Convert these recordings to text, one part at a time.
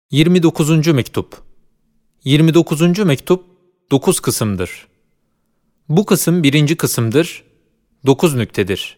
29. Mektup 29. mektup 9 kısımdır. Bu kısım 1. kısımdır, 9 nüktedir.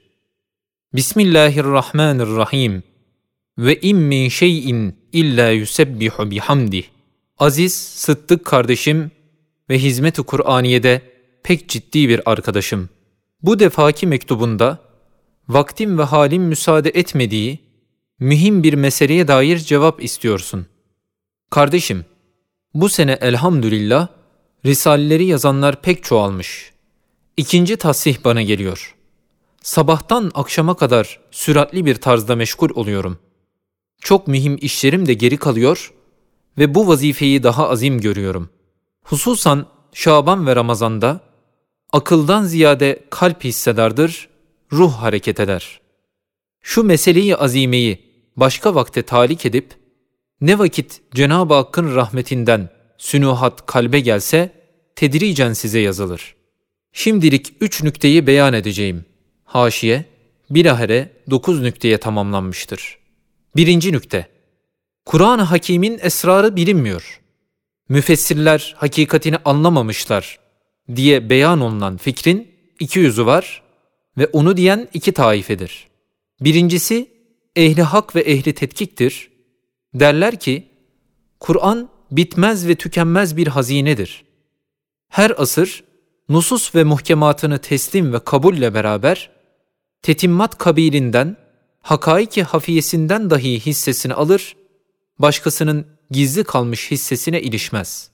Bismillahirrahmanirrahim. Ve in min şeyin illa yusebbihu bihamdih. Aziz, Sıddık kardeşim ve hizmet-i Kur'aniye'de pek ciddi bir arkadaşım. Bu defaki mektubunda vaktim ve halim müsaade etmediği mühim bir meseleye dair cevap istiyorsun. Kardeşim, bu sene elhamdülillah risaleleri yazanlar pek çoğalmış. İkinci tasih bana geliyor. Sabahtan akşama kadar süratli bir tarzda meşgul oluyorum. Çok mühim işlerim de geri kalıyor ve bu vazifeyi daha azim görüyorum. Hususan Şaban ve Ramazan'da akıldan ziyade kalp hissedardır, ruh hareket eder. Şu meseleyi azimeyi başka vakte talik edip ne vakit Cenab-ı Hakk'ın rahmetinden sünuhat kalbe gelse tedricen size yazılır. Şimdilik 3 nükteyi beyan edeceğim. Haşiye, bilahare 9 nükteye tamamlanmıştır. 1. nükte. Kur'an-ı Hakîm'in esrarı bilinmiyor. Müfessirler hakikatini anlamamışlar diye beyan olunan fikrin 2 yüzü var ve onu diyen 2 taifedir. Birincisi ehli hak ve ehli tetkiktir. Derler ki, Kur'an bitmez ve tükenmez bir hazinedir. Her asır, nusus ve muhkematını teslim ve kabulle beraber, tetimmat kabilinden, hakaiki hafiyesinden dahi hissesini alır, başkasının gizli kalmış hissesine ilişmez.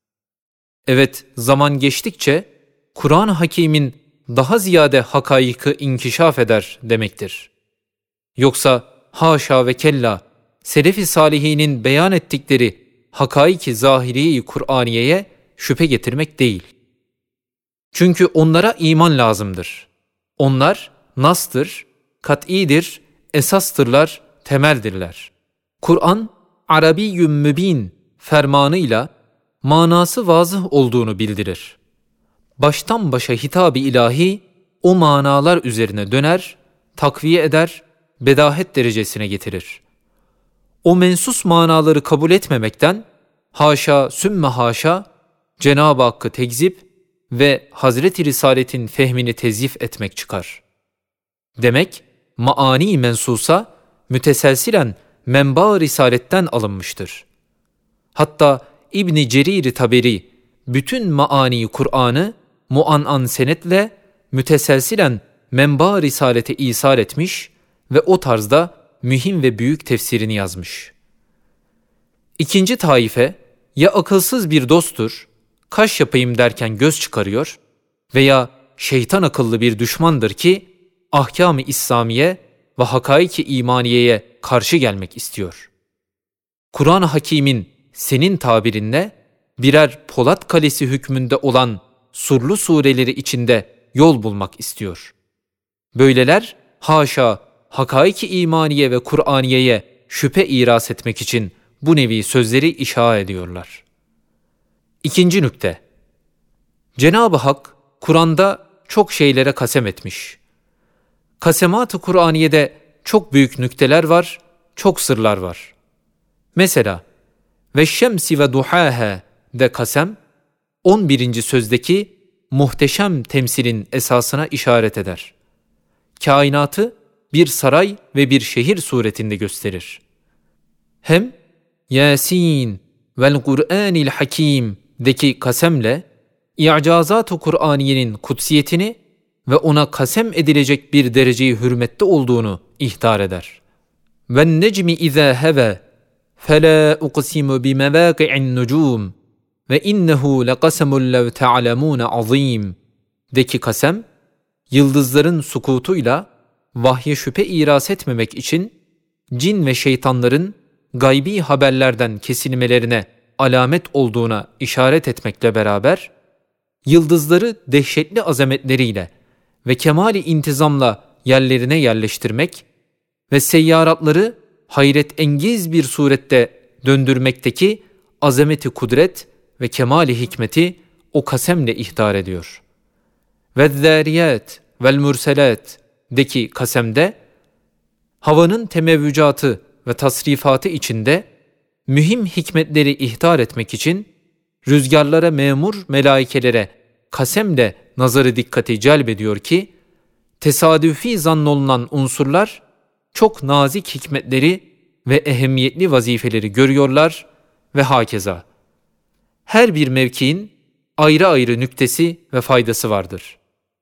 Evet, zaman geçtikçe, Kur'an-ı Hakîm'in daha ziyade hakaiki inkişaf eder demektir. Yoksa haşa ve kella, Selef-i Salihinin beyan ettikleri hakaiki zahiriye-i Kur'aniye'ye şüphe getirmek değil. Çünkü onlara iman lazımdır. Onlar nastır, kat'idir, esastırlar, temeldirler. Kur'an, Arabiyyün mübin fermanıyla manası vazıh olduğunu bildirir. Baştan başa hitab-ı ilahi o manalar üzerine döner, takviye eder, bedahet derecesine getirir. O mensus manaları kabul etmemekten haşa sümme haşa Cenab-ı Hakk'ı tekzip ve Hazreti Risaletin fehmini tezyif etmek çıkar. Demek maani mensusa müteselsilen menba-ı risaletten alınmıştır. Hatta İbn-i Cerir-i Taberi bütün maani Kur'an'ı muan'an senetle müteselsilen menba-ı risalete isar etmiş ve o tarzda mühim ve büyük tefsirini yazmış. İkinci taife ya akılsız bir dosttur, kaş yapayım derken göz çıkarıyor veya şeytan akıllı bir düşmandır ki ahkâm-ı İslamiye ve hakaiki imaniyeye karşı gelmek istiyor. Kur'an-ı Hakîm'in senin tabirinle birer Polat Kalesi hükmünde olan surlu sureleri içinde yol bulmak istiyor. Böyleler haşa hakaiki imaniye ve Kur'aniye'ye şüphe iras etmek için bu nevi sözleri işa ediyorlar. 2. nükte. Cenab-ı Hak Kur'an'da çok şeylere kasem etmiş. Kasemat-ı Kur'aniye'de çok büyük nükteler var, çok sırlar var. Mesela ve şemsi ve duhaha de kasem 11. sözdeki muhteşem temsilin esasına işaret eder. Kainatı bir saray ve bir şehir suretinde gösterir. Hem Yasin vel Kur'anil Hakîm'deki kasemle İ'cazat-ı Kur'aniyenin kutsiyetini ve ona kasem edilecek bir dereceyi hürmette olduğunu ihtar eder. Ven necmi izâ heve felâ uqsimu bimevâki'in nucûm ve innehu leqasemul lev te'alemûne azîm deki kasem, yıldızların sukutuyla vahye şüphe iras etmemek için cin ve şeytanların gaybi haberlerden kesilmelerine alamet olduğuna işaret etmekle beraber, yıldızları dehşetli azametleriyle ve kemali intizamla yerlerine yerleştirmek ve seyyaratları hayretengiz bir surette döndürmekteki azameti kudret ve kemali hikmeti o kasemle ihtar ediyor. Vezzâriyât vel mürselât deki kasemde, havanın temevvücatı ve tasrifatı içinde mühim hikmetleri ihtar etmek için rüzgarlara memur melaikelere kasemle nazarı dikkati celbediyor ki, tesadüfi zannolunan unsurlar çok nazik hikmetleri ve ehemmiyetli vazifeleri görüyorlar ve hakeza. Her bir mevkiin ayrı ayrı nüktesi ve faydası vardır.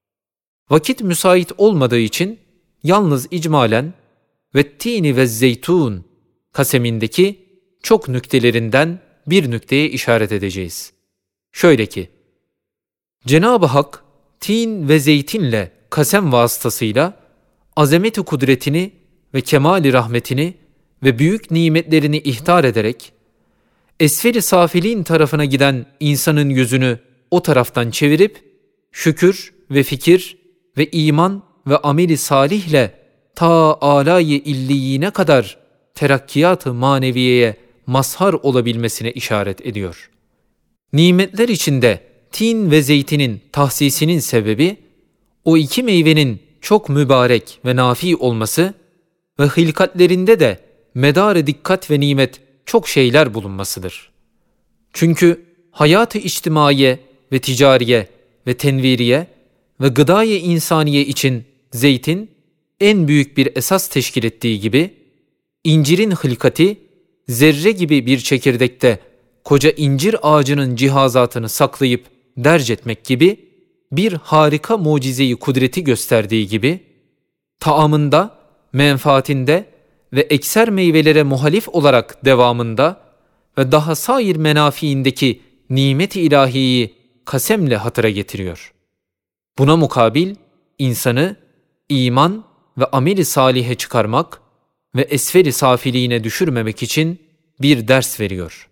Vakit müsait olmadığı için yalnız icmalen ve tini ve zeytun kasemindeki çok nüktelerinden bir nükteye işaret edeceğiz. Şöyle ki, Cenab-ı Hak tin ve zeytinle kasem vasıtasıyla azameti kudretini ve kemali rahmetini ve büyük nimetlerini ihtar ederek esfel-i safilin tarafına giden insanın yüzünü o taraftan çevirip şükür ve fikir ve iman ve ameli salihle ta âlâ-i illiyine kadar terakkiyat-ı maneviyeye mazhar olabilmesine işaret ediyor. Nimetler içinde tin ve zeytinin tahsisinin sebebi, o iki meyvenin çok mübarek ve nafi olması ve hilkatlerinde de medar-ı dikkat ve nimet çok şeyler bulunmasıdır. Çünkü hayat-ı içtimaiye ve ticariye ve tenviriye ve gıdaya insaniye için zeytin en büyük bir esas teşkil ettiği gibi, incirin hilkati zerre gibi bir çekirdekte koca incir ağacının cihazatını saklayıp derc etmek gibi bir harika mucizeyi kudreti gösterdiği gibi, taamında, menfaatinde ve ekser meyvelere muhalif olarak devamında ve daha sair menafiindeki nimet-i ilahiyi kasemle hatıra getiriyor. Buna mukabil insanı iman ve amel-i salihe çıkarmak ve esfel-i safiliğine düşürmemek için bir ders veriyor.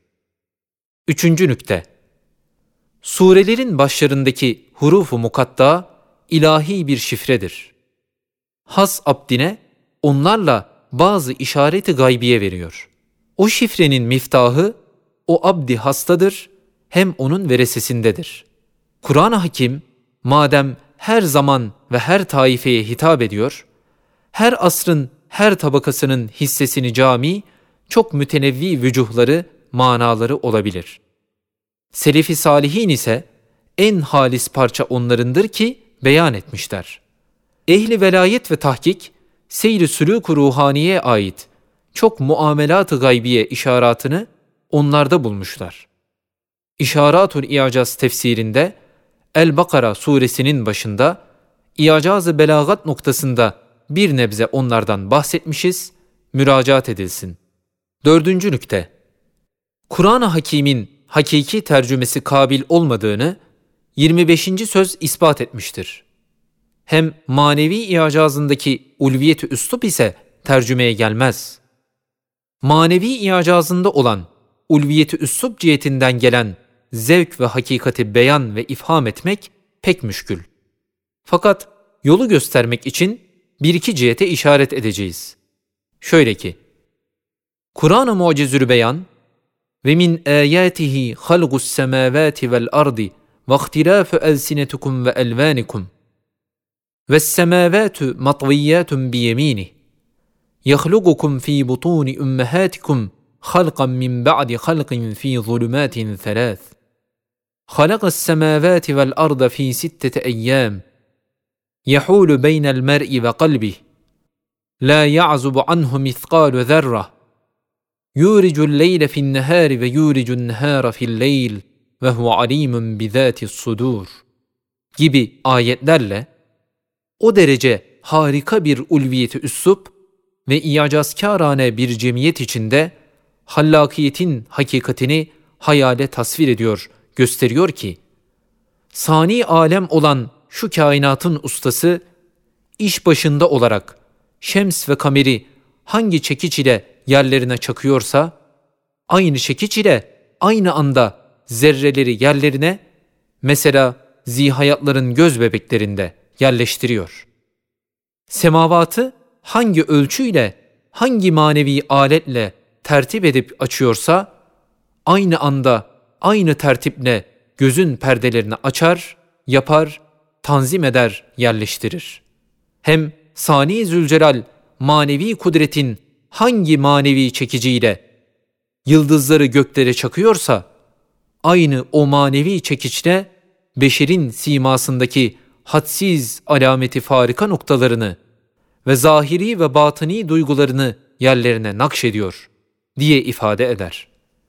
3. nükte. Surelerin başlarındaki huruf-u mukatta ilahi bir şifredir. Has abdine onlarla bazı işareti gaybiye veriyor. O şifrenin miftahı o abdi hastadır, hem onun veresesindedir. Kur'an-ı Hakim madem her zaman ve her taifeye hitap ediyor, her asrın her tabakasının hissesini cami, çok mütenevvi vücuhları, manaları olabilir. Selefi salihin ise en halis parça onlarındır ki beyan etmişler. Ehli velayet ve tahkik, seyr-i sülûk-u ruhaniye ait çok muamelat-ı gaybiye işaratını onlarda bulmuşlar. İşaratul İ'caz tefsirinde El-Bakara suresinin başında İ'caz-ı belagat noktasında bir nebze onlardan bahsetmişiz, müracaat edilsin. 4. nükte. Kur'an-ı Hakîm'in hakiki tercümesi kabil olmadığını 25. söz ispat etmiştir. Hem manevi i'cazındaki ulviyet-i üslup ise tercümeye gelmez. Manevi i'cazında olan ulviyet-i üslup cihetinden gelen zevk ve hakikati beyan ve ifham etmek pek müşkül. Fakat yolu göstermek için bir iki cihete işaret edeceğiz. Şöyle ki, Kur'an-ı Mucizül Beyan ve min ayatihi halgus semavati vel ardi ve ihtilafu elsinetukum ve elvanikum ve semavatu matviyyatun bi yeminih yahluqukum fi butuni ummahatikum halqan min ba'di halqin fi zulumatin thalath halaqas semavati vel arda fi sitteti eyyam yahulu beynel mer'i ve kalbih la ya'zubu anhu mithqalu zerrah yuricu'l leyle fi'n nehâri ve yuricu'n nehâra fi'l leyl ve huve alimun bizâti's sudur gibi ayetlerle o derece harika bir ulviyeti üslup ve i'cazkârane bir cemiyet içinde hallakiyetin hakikatini hayale tasvir ediyor, gösteriyor ki, sani alem olan şu kainatın ustası, iş başında olarak şems ve kameri hangi çekiç ile yerlerine çakıyorsa, aynı çekiç ile aynı anda zerreleri yerlerine, mesela zihayatların göz bebeklerinde yerleştiriyor. Semavatı hangi ölçüyle, hangi manevi aletle tertip edip açıyorsa, aynı anda, aynı tertiple gözün perdelerini açar, yapar, tanzim eder, yerleştirir. Hem Sani Zülcelal manevi kudretin hangi manevi çekiciyle yıldızları göklere çakıyorsa, aynı o manevi çekiçle beşerin simasındaki hadsiz alameti farika noktalarını ve zahiri ve batıni duygularını yerlerine nakşediyor diye ifade eder.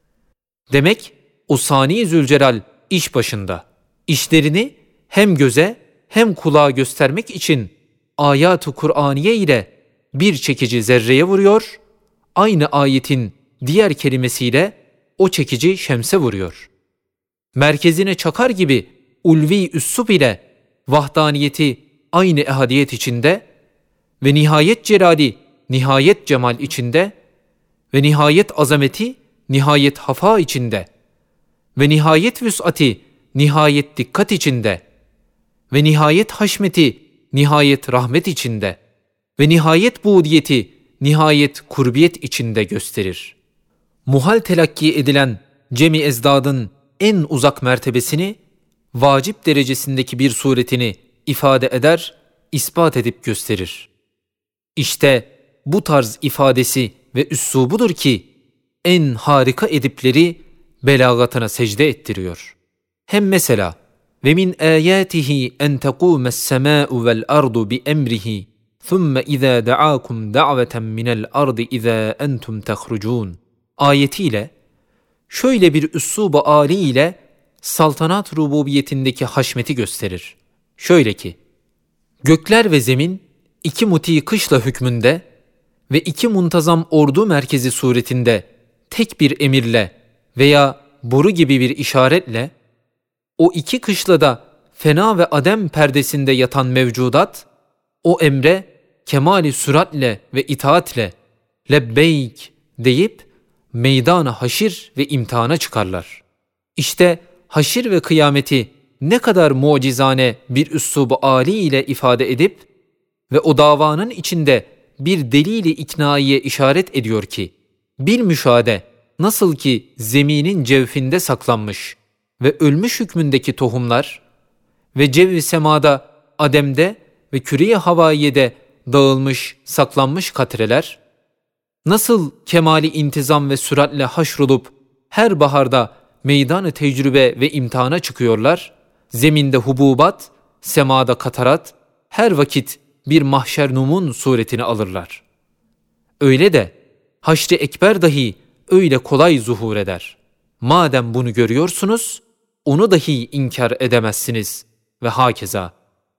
Demek o Sani Zülcelal iş başında, işlerini hem göze hem kulağa göstermek için ayat-ı Kur'aniye ile bir çekici zerreye vuruyor, aynı ayetin diğer kelimesiyle o çekici şemse vuruyor. Merkezine çakar gibi ulvi üslup ile vahdaniyeti aynı ehadiyet içinde ve nihayet celali nihayet cemal içinde ve nihayet azameti nihayet hafa içinde ve nihayet vüs'ati nihayet dikkat içinde ve nihayet haşmeti nihayet rahmet içinde ve nihayet buğdiyeti nihayet kurbiyet içinde gösterir. Muhal telakki edilen cemi ezdadın en uzak mertebesini, vacip derecesindeki bir suretini ifade eder, ispat edip gösterir. İşte bu tarz ifadesi ve üslubudur ki en harika edipleri belagatına secde ettiriyor. Hem mesela ve min ayatihi en tequmes sema'u vel ardu bi emrihi thumma iza da'akum da'veten minel ardı iza entum tehrucun ayetiyle şöyle bir üslubu âli ile saltanat rububiyetindeki haşmeti gösterir. Şöyle ki, gökler ve zemin iki muti kışla hükmünde ve iki muntazam ordu merkezi suretinde tek bir emirle veya boru gibi bir işaretle o iki kışlada fena ve adem perdesinde yatan mevcudat o emre kemali süratle ve itaatle lebbeyk deyip meydana haşir ve imtihana çıkarlar. İşte haşir ve kıyameti ne kadar mucizane bir üslubu âli ile ifade edip ve o davanın içinde bir delili iknaiye işaret ediyor ki, bil müşahede nasıl ki zeminin cevfinde saklanmış ve ölmüş hükmündeki tohumlar ve cevvi semada, ademde ve küre-i havaiyede dağılmış, saklanmış katreler, nasıl kemali intizam ve süratle haşrolup her baharda meydan-ı tecrübe ve imtihana çıkıyorlar, zeminde hububat, semada katarat, her vakit bir mahşer numun suretini alırlar. Öyle de haşr-ı ekber dahi öyle kolay zuhur eder. Madem bunu görüyorsunuz, onu dahi inkar edemezsiniz ve hakeza.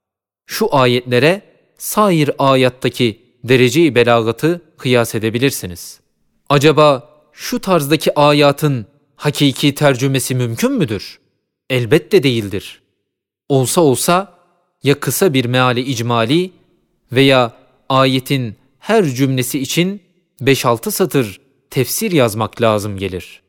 Şu ayetlere sair ayattaki derece-i belagatı kıyas edebilirsiniz. Acaba şu tarzdaki ayatın hakiki tercümesi mümkün müdür? Elbette değildir. Olsa ya kısa bir meali icmali veya ayetin her cümlesi için 5-6 satır tefsir yazmak lazım gelir.